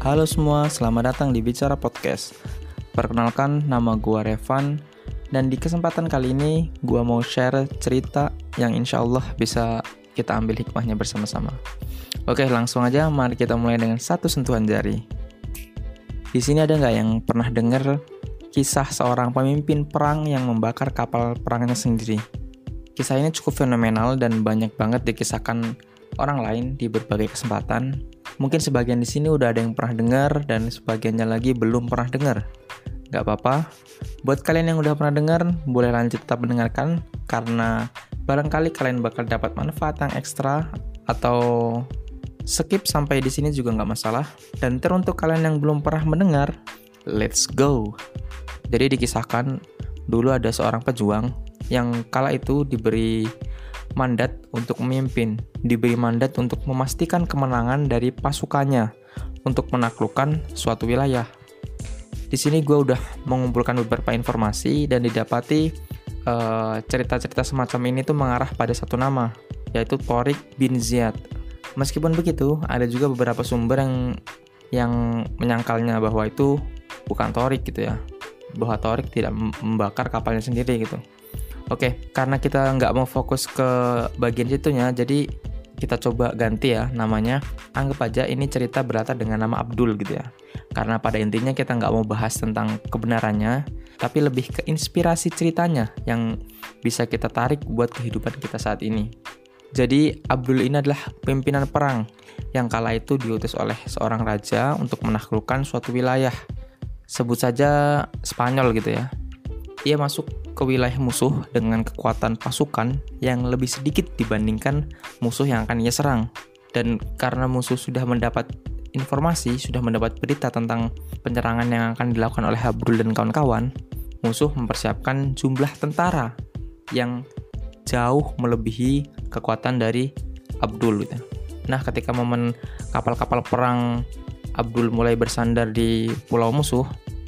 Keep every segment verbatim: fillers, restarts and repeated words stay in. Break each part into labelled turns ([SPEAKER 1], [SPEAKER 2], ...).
[SPEAKER 1] Halo semua, selamat datang di Bicara Podcast. Perkenalkan, nama gua Revan. Dan di kesempatan kali ini, gua mau share cerita yang insya Allah bisa kita ambil hikmahnya bersama-sama. Oke, langsung aja, mari kita mulai dengan satu sentuhan jari. Di sini ada nggak yang pernah dengar kisah seorang pemimpin perang yang membakar kapal perangnya sendiri? Kisah ini cukup fenomenal dan banyak banget dikisahkan orang lain di berbagai kesempatan. Mungkin sebagian di sini udah ada yang pernah dengar dan sebagiannya lagi belum pernah dengar. Gak apa-apa. Buat kalian yang udah pernah dengar, boleh lanjut tetap mendengarkan karena barangkali kalian bakal dapat manfaat yang ekstra atau skip sampai di sini juga nggak masalah. Dan teruntuk kalian yang belum pernah mendengar, let's go. Jadi dikisahkan dulu ada seorang pejuang yang kala itu diberi mandat untuk memimpin, diberi mandat untuk memastikan kemenangan dari pasukannya untuk menaklukkan suatu wilayah. Di sini gue udah mengumpulkan beberapa informasi dan didapati uh, cerita-cerita semacam ini tuh mengarah pada satu nama, yaitu Tariq bin Ziyad. Meskipun begitu, ada juga beberapa sumber yang yang menyangkalnya bahwa itu bukan Tariq gitu ya, bahwa Tariq tidak membakar kapalnya sendiri gitu. Oke, karena kita nggak mau fokus ke bagian situnya, jadi kita coba ganti ya namanya. Anggap aja ini cerita berlatar dengan nama Abdul gitu ya. Karena pada intinya kita nggak mau bahas tentang kebenarannya, tapi lebih ke inspirasi ceritanya yang bisa kita tarik buat kehidupan kita saat ini. Jadi Abdul ini adalah pimpinan perang yang kala itu diutus oleh seorang raja untuk menaklukkan suatu wilayah. Sebut saja Spanyol gitu ya. Ia masuk ke wilayah musuh dengan kekuatan pasukan yang lebih sedikit dibandingkan musuh yang akan ia serang. Dan karena musuh sudah mendapat informasi, sudah mendapat berita tentang penyerangan yang akan dilakukan oleh Abdul dan kawan-kawan, musuh mempersiapkan jumlah tentara yang jauh melebihi kekuatan dari Abdul gitu. Nah, ketika momen kapal-kapal perang Abdul mulai bersandar di pulau musuh,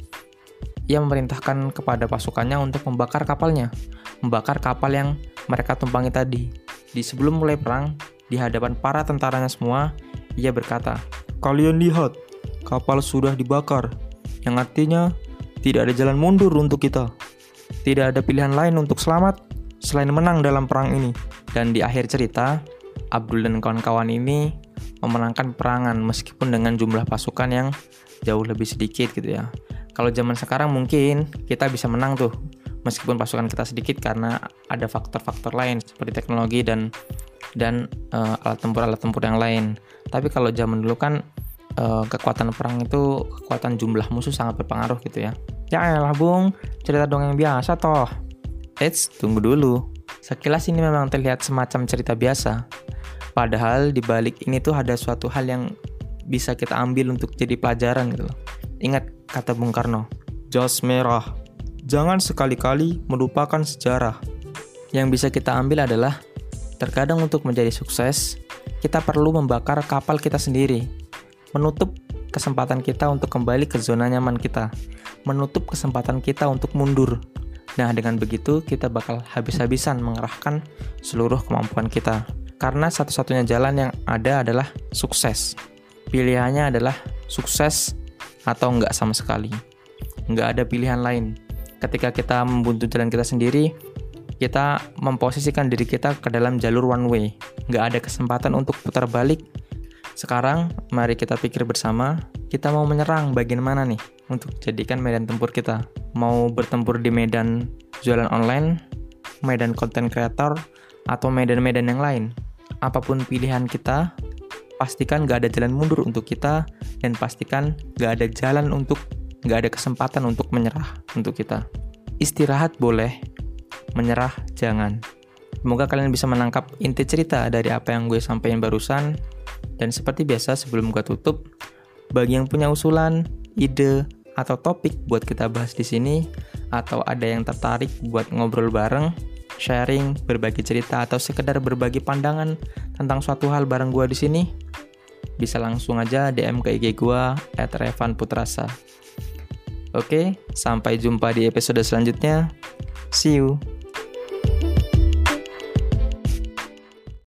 [SPEAKER 1] ia memerintahkan kepada pasukannya untuk membakar kapalnya, membakar kapal yang mereka tumpangi tadi. Di sebelum mulai perang, di hadapan para tentaranya semua, ia berkata, "Kalian lihat, kapal sudah dibakar, yang artinya tidak ada jalan mundur untuk kita. Tidak ada pilihan lain untuk selamat selain menang dalam perang ini." Dan di akhir cerita, Abdul dan kawan-kawan ini memenangkan perangan meskipun dengan jumlah pasukan yang jauh lebih sedikit gitu ya. Kalau zaman sekarang mungkin kita bisa menang tuh meskipun pasukan kita sedikit karena ada faktor-faktor lain seperti teknologi dan dan uh, alat tempur-alat tempur yang lain. Tapi kalau zaman dulu kan uh, kekuatan perang itu kekuatan jumlah musuh sangat berpengaruh gitu ya. Ya elah Bung, cerita dongeng biasa toh. Eits, tunggu dulu. Sekilas ini memang terlihat semacam cerita biasa. Padahal di balik ini tuh ada suatu hal yang bisa kita ambil untuk jadi pelajaran gitu loh. Ingat kata Bung Karno, "Jas merah, jangan sekali-kali melupakan sejarah." Yang bisa kita ambil adalah terkadang untuk menjadi sukses, kita perlu membakar kapal kita sendiri, menutup kesempatan kita untuk kembali ke zona nyaman kita, menutup kesempatan kita untuk mundur. Nah, dengan begitu kita bakal habis-habisan mengerahkan seluruh kemampuan kita. Karena satu-satunya jalan yang ada adalah sukses. Pilihannya adalah sukses atau enggak sama sekali. Enggak ada pilihan lain. Ketika kita membuntu jalan kita sendiri, kita memposisikan diri kita ke dalam jalur one way. Enggak ada kesempatan untuk putar balik. Sekarang, mari kita pikir bersama, kita mau menyerang bagian mana nih untuk jadikan medan tempur kita? Mau bertempur di medan jualan online, medan content creator, atau medan-medan yang lain? Apapun pilihan kita, pastikan gak ada jalan mundur untuk kita dan pastikan gak ada jalan untuk, gak ada kesempatan untuk menyerah untuk kita. Istirahat boleh, menyerah jangan. Semoga kalian bisa menangkap inti cerita dari apa yang gue sampaikan barusan. Dan seperti biasa sebelum gue tutup, bagi yang punya usulan, ide, atau topik buat kita bahas di sini, atau ada yang tertarik buat ngobrol bareng, sharing, berbagi cerita, atau sekedar berbagi pandangan tentang suatu hal bareng gue di sini, bisa langsung aja D M ke I G gue et revan putrasa. Oke, sampai jumpa di episode selanjutnya. See you.